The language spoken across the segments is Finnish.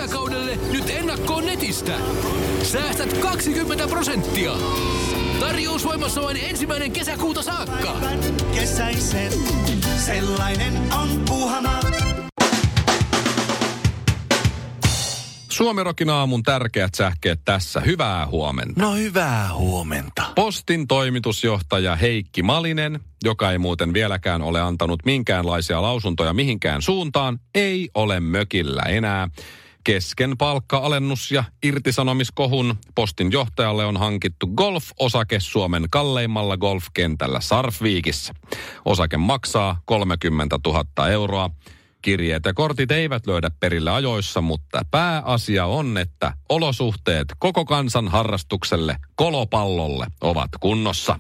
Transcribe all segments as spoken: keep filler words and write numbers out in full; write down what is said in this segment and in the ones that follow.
kesäkaudelle nyt ennakkoon netistä. Säästät kaksikymmentä prosenttia. Tarjous voimassa vain ensimmäinen kesäkuuta saakka. Päivän kesäisen, sellainen on Puuhamaa. Suomi-rokin aamun tärkeät sähkeet tässä. Hyvää huomenta. No hyvää huomenta. Postin toimitusjohtaja Heikki Malinen, joka ei muuten vieläkään ole antanut minkäänlaisia lausuntoja mihinkään suuntaan, ei ole mökillä enää. Kesken palkka-alennus- ja irtisanomiskohun Postin johtajalle on hankittu golf-osake Suomen kalleimmalla golfkentällä Sarfviikissä. Osake maksaa kolmekymmentätuhatta euroa. Kirjeet ja kortit eivät löydä perille ajoissa, mutta pääasia on, että olosuhteet koko kansan harrastukselle kolopallolle ovat kunnossa.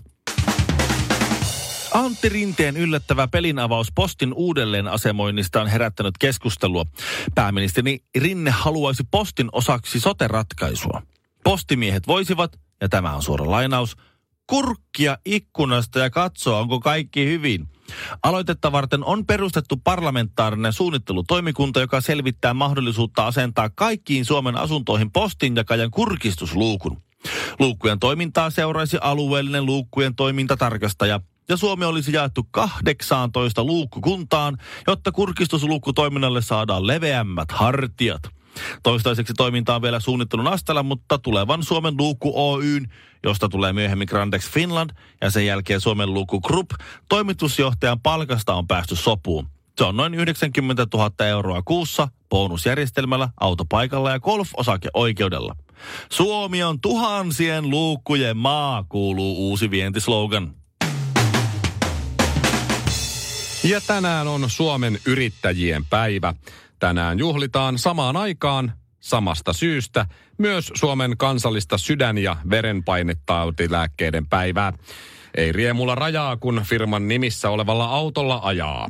Antti Rinteen yllättävä pelinavaus Postin uudelleenasemoinnista on herättänyt keskustelua. Pääministeri Rinne haluaisi Postin osaksi sote-ratkaisua. Postimiehet voisivat, ja tämä on suora lainaus, kurkkia ikkunasta ja katsoa, onko kaikki hyvin. Aloitetta varten on perustettu parlamentaarinen suunnittelutoimikunta, joka selvittää mahdollisuutta asentaa kaikkiin Suomen asuntoihin postinjakajan kurkistusluukun. Luukkujen toimintaa seuraisi alueellinen luukkujen toimintatarkastaja, ja Suomi olisi jaettu kahdeksaantoista luukkukuntaan, jotta kurkistusluukkutoiminnalle saadaan leveämmät hartiat. Toistaiseksi toiminta on vielä suunnittelun astella, mutta tulevan Suomen Luukku Oyn, josta tulee myöhemmin Grandex Finland ja sen jälkeen Suomen Luukku Group, toimitusjohtajan palkasta on päästy sopuun. Se on noin yhdeksänkymmentätuhatta euroa kuussa bonusjärjestelmällä, autopaikalla ja golf-osakeoikeudella. Suomi on tuhansien luukkujen maa, kuuluu uusi vientislogan. Ja tänään on Suomen yrittäjien päivä. Tänään juhlitaan samaan aikaan, samasta syystä, myös Suomen kansallista sydän- ja verenpainetautilääkkeiden päivää. Ei riemulla rajaa, kun firman nimissä olevalla autolla ajaa.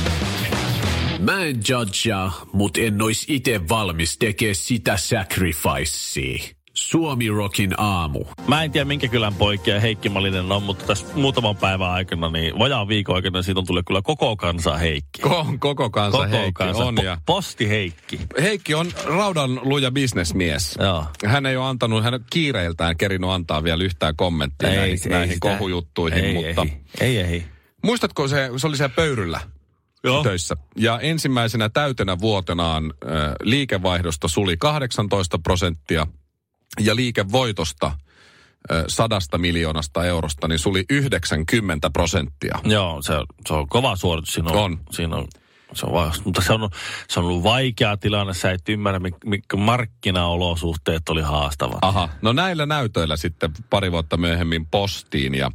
Mä en judgea, mut en ois ite valmis tekee sitä sacrificea. Suomi Rockin aamu. Mä en tiedä, minkä kylän poikia Heikki Malinen on, mutta tässä muutaman päivän aikana, niin vajaan viikon aikana siitä on tullut kyllä koko kansa Heikki. Ko- koko kansa koko Heikki kansa. on. Po- ja Posti Heikki. Heikki on raudan luja bisnesmies. Joo. Hän ei ole antanut, hän kiireiltään kerinyt antaa vielä yhtään kommenttia Ei, näihin, ei näihin sitä. kohujuttuihin, Ei, mutta... Ei, ei, ei. Muistatko, se, se oli siellä pöyryllä Joo. töissä. Ja ensimmäisenä täytenä vuotenaan äh, liikevaihdosta suli kahdeksantoista prosenttia ja liikevoitosta äh, sadasta miljoonasta eurosta, niin suli yhdeksänkymmentä prosenttia. Joo, se, se on kova suoritus. Siinä on. On. Siinä on. Se on va- mutta se on, se on ollut vaikea tilanne. Sä et ymmärrä, mitkä markkinaolosuhteet oli haastavat. Aha, no näillä näytöillä sitten pari vuotta myöhemmin Postiin ja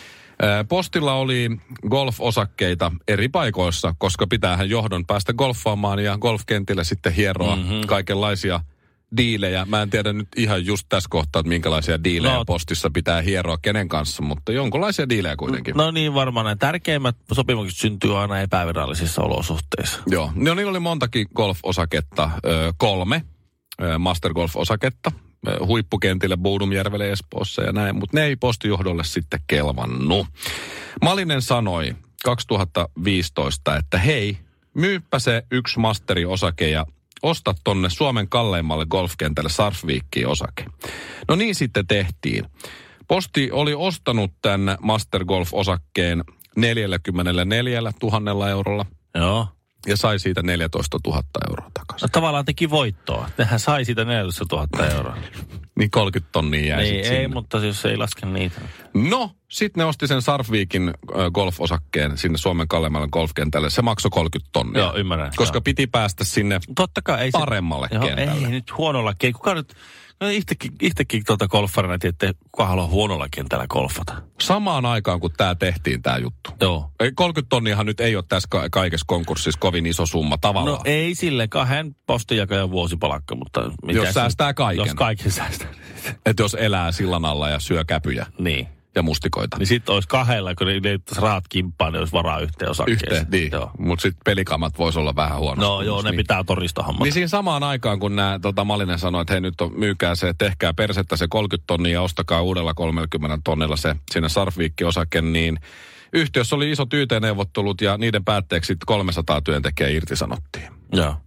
Postilla oli golf-osakkeita eri paikoissa, koska pitäähän johdon päästä golfaamaan ja golfkentille sitten hieroa mm-hmm. kaikenlaisia diilejä. Mä en tiedä nyt ihan just tässä kohtaa, että minkälaisia diilejä no. Postissa pitää hieroa kenen kanssa, mutta jonkinlaisia diilejä kuitenkin. No niin, varmaan ne tärkeimmät sopimukset syntyy aina epävirallisissa olosuhteissa. Joo, no niillä oli montakin golf-osaketta, kolme Master Golf-osaketta. Huippukentille Boudumjärvelle Espoossa ja näin, mutta ne ei postijohdolle sitten kelvannut. Malinen sanoi kaksituhattaviisitoista, että hei, myyppä se yksi Masteri-osake ja osta tonne Suomen kalleimmalle golfkentälle Sarfviikkiin osake. No niin sitten tehtiin. Posti oli ostanut tämän Master Golf-osakkeen neljäkymmentäneljä tuhatta eurolla. Joo. Ja sai siitä neljätoista tuhatta euroa takaisin. No tavallaan teki voittoa. Nehän sai siitä neljätoista tuhatta euroa. Niin kolmekymmentä tonnia jäi niin, sitten ei, sinne. mutta jos ei laske niitä. No, sitten ne osti sen Sarfviikin äh, golf-osakkeen sinne Suomen kalleimmalle golfkentälle. Se maksoi kolmekymmentä tonnia. Joo, ymmärrän. Koska joo. piti päästä sinne Totta kai, ei paremmalle se, kentälle. Joo, ei nyt huonolla kentällä. Kuka nyt, no itsekin, itsekin tuota golfarina tiedätte, että kuka haluaa huonolla kentällä golfata. Samaan aikaan, kun tämä tehtiin, tämä juttu. Joo. kolmekymmentä tonniahan nyt ei ole tässä ka- kaikessa konkurssissa kovin iso summa tavallaan. No ei sille kahden postinjakajan vuosipalakka, mutta... Jos säästää kaiken. Jos kaiken säästää. Että jos elää sillan alla ja syö käpyjä. Niin. Ja mustikoita. Niin sitten olisi kahdella, kun ne liittäisi rahat kimppaan, niin olisi varaa yhteen osakkeeseen. Yhteen, niin. Mutta sitten pelikamat voisi olla vähän huono. No joo, ne niin. pitää torista hommata. Niin siinä samaan aikaan, kun nämä tota, Malinen sanoi, että hei nyt on, myykää se, tehkää persettä se kolmekymmentä tonnia ja ostakaa uudella kolmekymmentä tonnilla se sinne Sarfviikki-osake, niin yhtiössä oli isot Y T-neuvottelut ja niiden päätteeksi kolmesataa työntekijää irtisanottiin. Joo.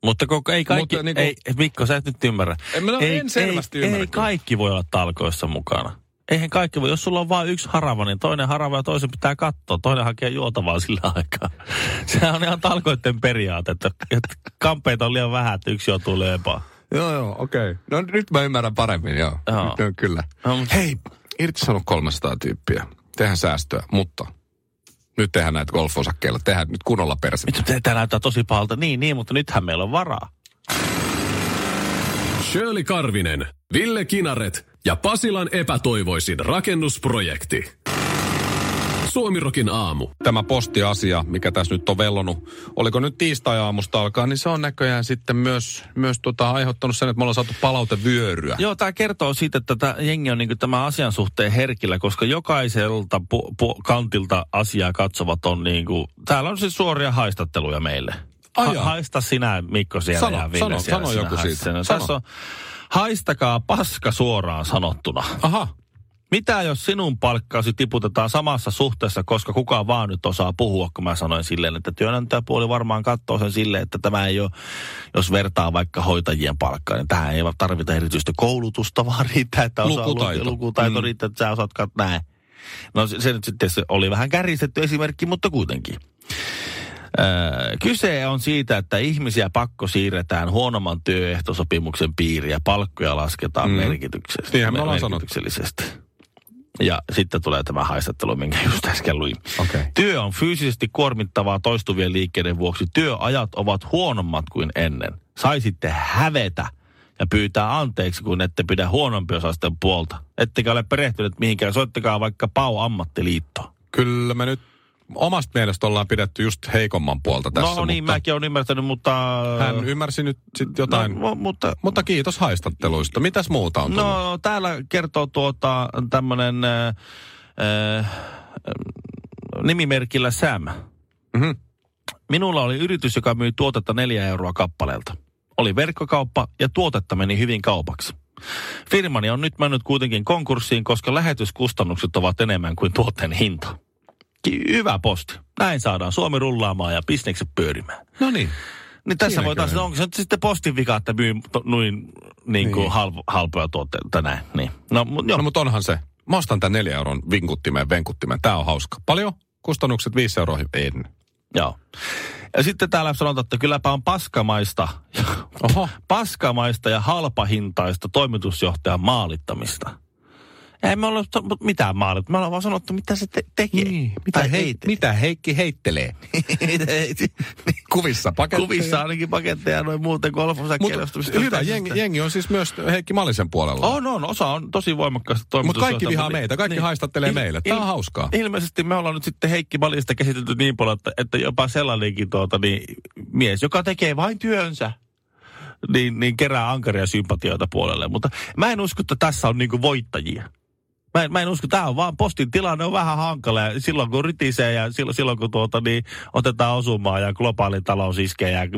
Mutta koko, ei kaikki, Mutta, niin kuin, ei, Mikko, sä et nyt ymmärrä. En, no, ei, en selvästi ei, ymmärrä. Ei kaikki voi olla talkoissa mukana. Eihän kaikki voi. Jos sulla on vain yksi harava, niin toinen harava ja toisen pitää katsoa. Toinen hakee juotavaa sillä aikaa. Sehän on ihan talkoiden periaate, että, että kampeita on liian vähän, että yksi joutuu lööpaan. Joo, joo, okei. Okay. No nyt mä ymmärrän paremmin, joo. joo. Nyt, kyllä. No, mutta... Hei, irtisanonut kolmesataa tyyppiä. Tehdään säästöä, mutta nyt tehdään näitä golfosakkeilla. Tehdään nyt kunnolla persettä. Tämä näyttää tosi pahalta. Niin, niin, mutta nythän meillä on varaa. Shirley Karvinen, Ville Kinaret ja Pasilan epätoivoisin rakennusprojekti. Suomirokin aamu. Tämä postiasia, mikä tässä nyt on vellonut, oliko nyt tiistai-aamusta alkaa, niin se on näköjään sitten myös, myös tota, aiheuttanut sen, että me ollaan saatu palautevyöryä. Joo, tämä kertoo siitä, että tämä jengi on niin tämän asian suhteen herkillä, koska jokaiselta pu- pu- kantilta asiaa katsovat on niin kuin, täällä on siis suoria haistatteluja meille. Ha- haista sinä, Mikko, siellä sano, ja Ville sano, siellä. Sano joku siitä. Sano. Tässä on, haistakaa paska suoraan sanottuna. Aha. Mitä jos sinun palkkaasi tiputetaan samassa suhteessa, koska kukaan vaan nyt osaa puhua, kun mä sanoin silleen, että työnantajapuoli varmaan katsoo sen silleen, että tämä ei ole, jos vertaa vaikka hoitajien palkkaa, niin tähän ei tarvita erityistä koulutusta, vaan riittää, että osaa lukutaito, lukutaito mm. riittää, että sä osaat katsoa näin. No se, se nyt sitten se oli vähän kärjistetty esimerkki, mutta kuitenkin. Öö, kyse on siitä, että ihmisiä pakko siirretään huonomman työehtosopimuksen piiriin ja palkkoja lasketaan mm. merkityksellisesti. merkityksellisesti. Ja sitten tulee tämä haistattelu, minkä just äsken luin. Okay. Työ on fyysisesti kuormittavaa toistuvien liikkeiden vuoksi. Työajat ovat huonommat kuin ennen. Saisitte hävetä ja pyytää anteeksi, kun ette pidä huonompiosaisten puolta. Ettekä ole perehtyneet mihinkään. Soittakaa vaikka Pau ammattiliittoon. Kyllä me nyt omasta mielestä ollaan pidetty just heikomman puolta tässä. No niin, mutta mäkin olen ymmärtänyt, mutta... Hän ymmärsi nyt sitten jotain, no, mutta... mutta kiitos haistatteluista. Mitäs muuta on tullut? No täällä kertoo tuota tämmönen äh, äh, nimimerkillä Sam. Mm-hmm. Minulla oli yritys, joka myi tuotetta neljä euroa kappaleelta. Oli verkkokauppa ja tuotetta meni hyvin kaupaksi. Firmani on nyt mennyt kuitenkin konkurssiin, koska lähetyskustannukset ovat enemmän kuin tuotteen hinta. Hyvä posti. Näin saadaan Suomi rullaamaan ja bisnekset pyörimään. No niin. Niin tässä voi taas, onko se nyt sitten postin vika, että myy to, noin niin kuin niin. Halpo, halpoja tuotteita näin. Niin. No, no, no mutta onhan se. Mä ostan tämän neljä euron vinkuttimeen, venkuttimeen. Tää on hauska. Paljon? Kustannukset viisi euroa en. Joo. Ja sitten täällä sanotaan, että kylläpä on paskamaista, Oho. paskamaista ja halpahintaista toimitusjohtajan maalittamista. Ei me ole mitään maalit. Me ollaan vaan sanottu, mitä se te- tekee. Niin, mitä, hei, mitä Heikki heittelee? Kuvissa paketteja. Kuvissa ainakin paketteja noin muuten golfosakkeja. Hyvä, jengi, jengi on siis myös Heikki Malisen puolella. On, on. Osa on tosi voimakkaasti toimitusjohtaja. Mutta kaikki vihaa meitä, kaikki niin, haistattelee il, meille. Tämä on hauskaa. Ilmeisesti me ollaan nyt sitten Heikki Malista käsitelty niin paljon, että, että jopa sellainenkin tuota, niin, mies, joka tekee vain työnsä, niin, niin kerää ankaria sympatioita puolelle. Mutta mä en usko, että tässä on niinku voittajia. Mä en, mä en usko, tämä on vaan postin tilanne on vähän hankala ja silloin kun rytisee ja silloin, silloin kun tuota, niin otetaan osumaan ja globaali talous iskee ja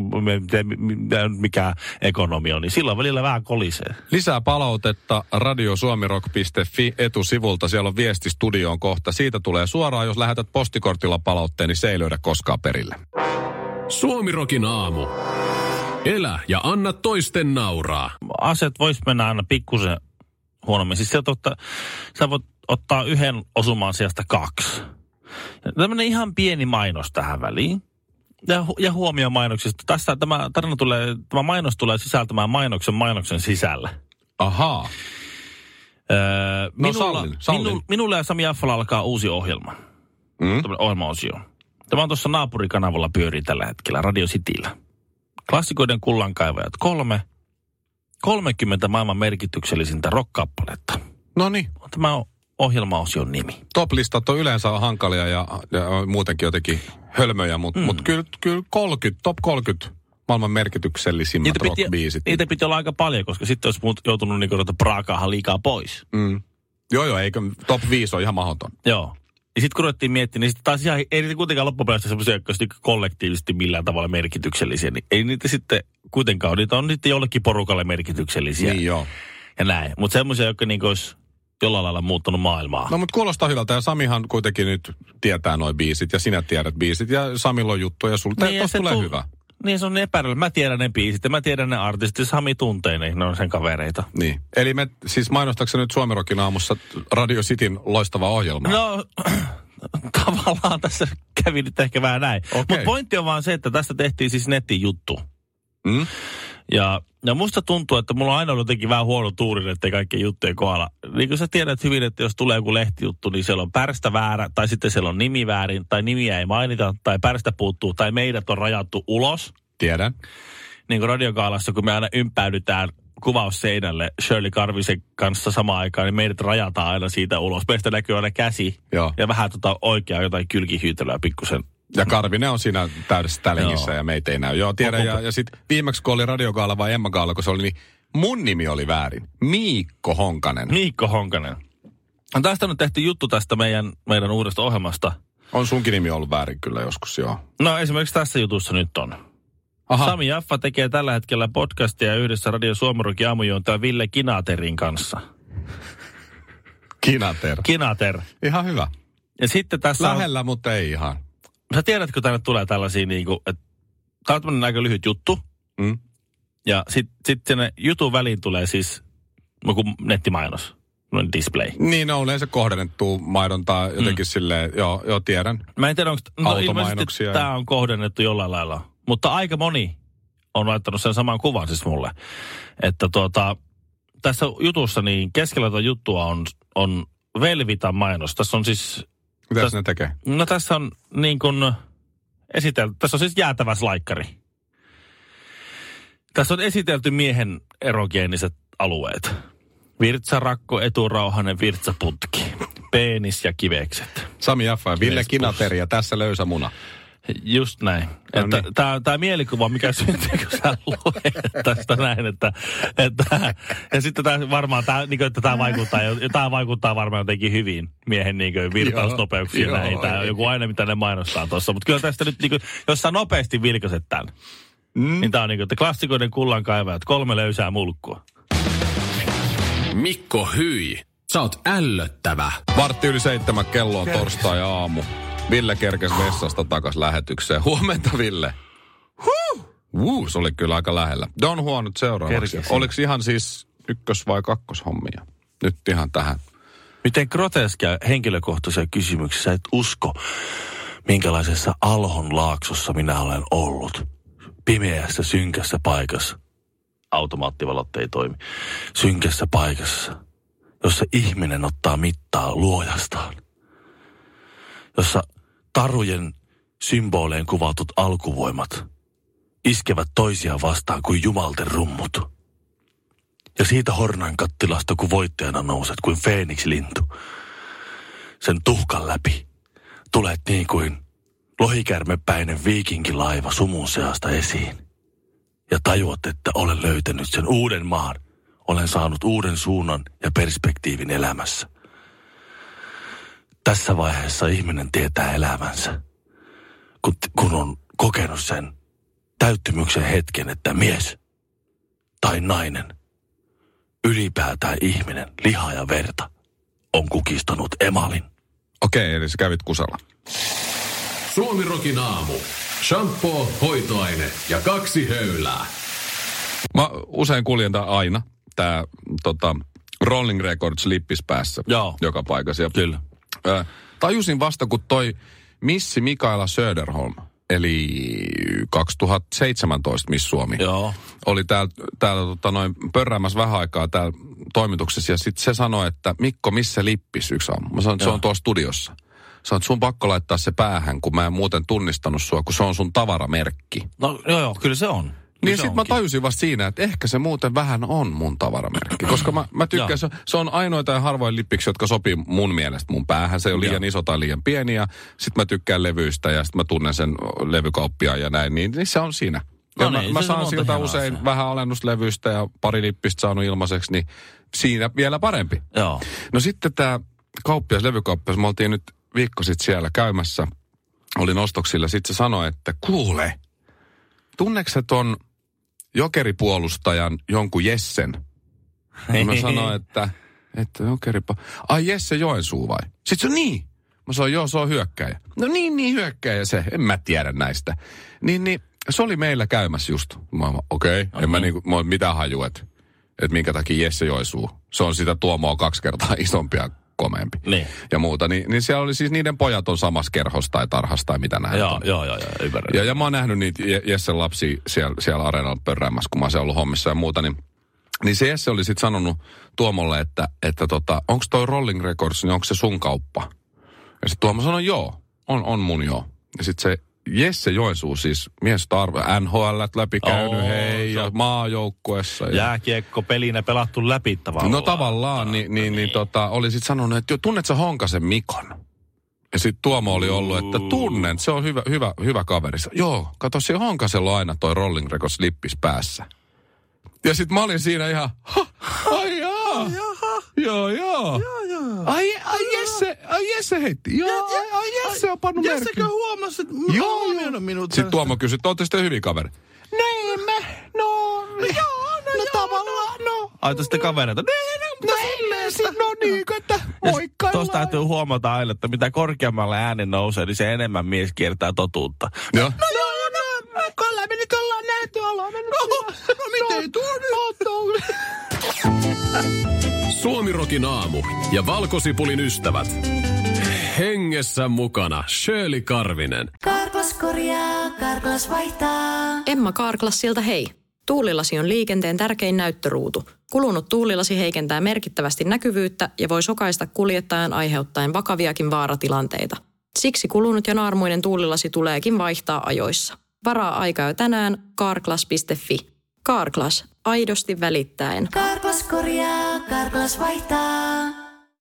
mikä ekonomia on, niin silloin välillä vähän kolisee. Lisää palautetta radiosuomirock piste fi etusivulta. Siellä on viesti studioon kohta. Siitä tulee suoraan, jos lähetät postikortilla palautteen, niin se ei löydä koskaan perille. Suomirokin aamu. Elä ja anna toisten nauraa. Asiat vois mennä aina pikkusen huonommin. Siis sieltä ottaa, sä voit ottaa yhden osumaan sijasta kaksi. Tämmöinen ihan pieni mainos tähän väliin. Ja, ja huomio mainoksista. Tässä tämä tarina tulee, tämä mainos tulee sisältämään mainoksen mainoksen sisällä. Ahaa. Öö, no minulla, sallin, sallin. Minu, minulla ja Sami Jaffalla alkaa uusi ohjelma. Mm? Tämmöinen ohjelmaosio. Tämä on tuossa naapurikanavalla pyörii tällä hetkellä, Radio Cityllä. Klassikoiden kullankaivajat kolme. kolmekymmentä maailman merkityksellisintä rock-kappaletta. Noniin. Tämä on ohjelmaosion nimi. Top-listat on yleensä hankalia ja, ja muutenkin jotenkin hölmöjä, mutta mm. mut kyllä, kyllä kolmekymmentä, top kolmekymmentä maailman merkityksellisimmät niitä rock-biisit. Niitä piti olla aika paljon, koska sitten olisi muut joutunut niin kuin praakaahan liikaa pois. Mm. Joo, joo, eikö top viisi on ihan mahdoton. Joo. Ja sitten kun ruvettiin miettimään, niin sitten taas ihan, ei niitä kuitenkaan loppupeleissä semmoisia, jotka olisi kollektiivisesti millään tavalla merkityksellisiä. Niin ei niitä sitten kuitenkaan, niitä on niitä jollekin porukalle merkityksellisiä. Niin joo. Ja näin. Mutta semmoisia, jotka niin olisi jollain lailla muuttanut maailmaa. No mutta kuulostaa hyvältä ja Samihan kuitenkin nyt tietää noi biisit ja sinä tiedät biisit ja Samilla on juttuja ja sulta niin, tulee tu- hyvä. niin se on epäröillä. Mä tiedän ne biisit ja mä tiedän ne artistit. Sami tuntee ne, ne on sen kavereita. Niin. Eli me, siis mainostakseni nyt Suomi Rockin aamussa Radio Cityn loistavaa ohjelmaa? No, tavallaan tässä kävi nyt ehkä vähän näin. Okay. Mutta pointti on vaan se, että tästä tehtiin siis nettijuttu. Mm? Ja, ja musta tuntuu, että mulla on aina ollut jotenkin vähän huono tuuri, ettei kaikkien juttujen kohdalla. Niin kuin sä tiedät hyvin, että jos tulee joku lehtijuttu, niin siellä on pärstä väärä, tai sitten siellä on nimi väärin, tai nimiä ei mainita, tai pärstä puuttuu, tai meidät on rajattu ulos. Tiedän. Niin kuin Radiokaalassa, kun me aina ympäydytään kuvausseinälle Shirley Karvisen kanssa samaan aikaan, niin meidät rajataan aina siitä ulos. Meistä näkyy aina käsi Joo. ja vähän tota oikeaa jotain kylkihyytelöä pikkusen. Ja Karvinen on siinä täydessä tälingissä ja meitä ei näy. Joo, tiedän. Ja, ja sitten viimeksi, kun oli Radiogaala vai Emma Gaala, kun se oli, niin mun nimi oli väärin. Miikko Honkanen. Miikko Honkanen. On tästä nyt tehty juttu tästä meidän, meidän uudesta ohjelmasta. On sunkin nimi ollut väärin kyllä joskus, joo. No esimerkiksi tässä jutussa nyt on. Aha. Sami Jaffa tekee tällä hetkellä podcastia yhdessä Radio Suomi Rockin aamujuontaja Ville Kinaterin kanssa. Kinater. Kinater. Ihan hyvä. Ja sitten tässä Lähellä, on, mutta ei ihan. sä tiedätkö, tänne tulee tällaisia niinku, että tää on tämmönen aika lyhyt juttu. Mm. Ja sitten sit sinne jutun väliin tulee siis joku nettimainos, display. Niin, no yleensä kohdennettu maidontaa jotenkin mm. silleen, joo, joo tiedän. Mä en tiedä, onko no, ilmeisesti tämä on kohdennettu jollain lailla. Mutta aika moni on laittanut sen saman kuvan siis mulle. Että tuota, tässä jutussa niin keskellä tuota juttua on, on Velvitan mainos. Tässä on siis... Mitä täs, ne tekee? No tässä on niin kuin esitelty, tässä on siis jäätävä slaikkari. Tässä on esitelty miehen erogeeniset alueet. Virtsarakko, eturauhanen, virtsaputki, peenis ja kivekset. Sami Jaffa ja Ville Kinateri ja tässä löysä muna. Just näin. No että niin. Tämä, tämä mielikuva, mikä syntyy, kun sä luet tästä näin, että, että ja sitten tämä varmaan, tämä, niin kuin, että tämä vaikuttaa, tämä vaikuttaa varmaan jotenkin hyvin miehen niin kuin virtausnopeuksiin näin. Tämä on joku aina, mitä ne mainostaa tuossa. Mutta kyllä tästä nyt, niin kuin, jos sä nopeasti vilkaset tämän, mm. niin tämä on niin kuin, että klassikoiden kullankaivajat, kolme löysää mulkkua. Mikko Hyi, sä oot ällöttävä. Vartti yli seitsemän, kello on torstai-aamu. Ville kerkesi vessasta takas lähetykseen. Huomenta, Ville. Huh! Uh, se oli kyllä aika lähellä. Don Juan nyt seuraavaksi. Kerkesi. Oliko ihan siis ykkös- vai kakkoshommia? Nyt ihan tähän. Miten groteskia henkilökohtaisia kysymyksiä et usko, minkälaisessa Alhon laaksossa minä olen ollut. Pimeässä, synkässä paikassa. Automaattivalot ei toimi. Synkässä paikassa, jossa ihminen ottaa mittaa luojastaan. Jossa tarujen symboleen kuvatut alkuvoimat iskevät toisiaan vastaan kuin jumalten rummut. Ja siitä hornan kattilasta, kun voittajana nouset kuin Feeniks-lintu. Sen tuhkan läpi tulet niin kuin lohikärmepäinen viikinkilaiva sumun seasta esiin. Ja tajuat, että olen löytänyt sen uuden maan. Olen saanut uuden suunnan ja perspektiivin elämässä. Tässä vaiheessa ihminen tietää elämänsä, kun, kun on kokenut sen täyttymyksen hetken, että mies tai nainen, ylipäätään ihminen, liha ja verta, on kukistanut emalin. Okei, eli sä kävit kusella. Suomi Rockin aamu. Shampoo, hoitoaine ja kaksi höylää. Mä usein kuljen tää aina, tää tota, Rolling Records lippis päässä. Joo. Joka paikassa. Ja, Kyllä. Ä, tajusin vasta, kun toi Missi Mikaela Söderholm, eli kaksituhattaseitsemäntoista Miss Suomi, Joo. oli täällä, täällä tota, noin pörräämässä vähän aikaa täällä toimituksessa. Ja sitten se sanoi, että Mikko, missä lippis yksi aamu? Mä sanoin, että se on tuolla studiossa. Sanoin, että sun pakko laittaa se päähän, kun mä en muuten tunnistanut sua, kun se on sun tavaramerkki. No joo, joo, kyllä se on. Niin sitten mä tajusin vasta siinä, että ehkä se muuten vähän on mun tavaramerkki. Koska mä, mä tykkään, se, se on ainoita ja harvoin lippiksi, jotka sopii mun mielestä mun päähän. Se ei ole liian iso tai liian pieni ja sit mä tykkään levyistä ja sit mä tunnen sen levykauppia ja näin. Niin, niin se on siinä. Ja no niin, mä, mä saan siltä usein asia. Vähän alennuslevyistä ja pari lippistä saanut ilmaiseksi, niin siinä vielä parempi. Joo. No sitten tää kauppias, levykauppias, me oltiin nyt viikko sitten siellä käymässä. Olin ostoksilla. Sitten se sanoi, että kuule, tunneeko ton jokeripuolustajan jonkun Jessen? Ja mä sanoin, että, että jokeripa... Ai Jesse Joensuu vai? Sitten se on niin. Mä sanoin, joo, se on hyökkäjä. No niin, niin hyökkäjä se. En mä tiedä näistä. Niin, niin se oli meillä käymässä just. Mä okei, okay. uh-huh. en mä niinku, mä oon mitään haju, että et minkä takia Jesse Joensuu. Se on sitä Tuomoa kaksi kertaa isompia komeampi. Niin. Ja muuta. Ni, niin siellä oli siis niiden pojat on samassa kerhossa tai tarhassa tai mitä näin. Joo, joo, joo, joo, ymmärrän. Ja, ja mä oon nähnyt niitä Jessen lapsia siellä, siellä areenalla pörräämässä, kun mä oon ollut hommissa ja muuta, niin Niin se Jesse oli sitten sanonut Tuomolle, että, että tota, onko toi Rolling Records, niin onko se sun kauppa? Ja sitten Tuomo sanoi, joo, on, on mun joo. Ja sitten se Jesse Joensuu, siis mies tarve, N H L läpi käynyt, oh, hei, ja maajoukkuessa. Ja jääkiekko pelinä pelattu läpi tavallaan. No tavallaan, niin, niin, niin tota, oli sitten sanonut, että tunnet sä Honkasen Mikon? Ja sitten Tuomo oli ollut, että tunnen, se on hyvä, hyvä, hyvä kaveri. Joo, kato, se Honkasella on aina toi Rolling Records lippis päässä. Ja sit mä olin siinä ihan, ha, ai jaa, joo, joo. Ai, ai Jesse, ai Jesse heitti. Joo, ai, ai Jesse on pannut merkin. Jessekö huomasi, että mä oon huomioinut minut. Sitten Tuomo kysyi, että ootte sitten hyviä kaveri. No me, no, joo, no, no tavallaan, no. Ai sitten kavereita. No, no silleen sit, no niin, että moikkaillaan. Tuosta täytyy huomata aina, että mitä korkeammalle ääni nousee, niin se enemmän mies kiertää totuutta. Joo. No joo, no, Kalle, me nyt ollaan nähty, ollaan mennyt. No miten tuo nyt? Suomirokin aamu ja Valkosipulin ystävät. Hengessä mukana Shirley Karvinen. Karklas korjaa, Karklas vaihtaa. Emma Karklassilta hei. Tuulilasi on liikenteen tärkein näyttöruutu. Kulunut tuulilasi heikentää merkittävästi näkyvyyttä ja voi sokaista kuljettajan aiheuttaen vakaviakin vaaratilanteita. Siksi kulunut ja naarmuinen tuulilasi tuleekin vaihtaa ajoissa. Varaa aikaa jo tänään karklas piste fi. Karklas, aidosti välittäen. Karklas korjaa, Karklas vaihtaa.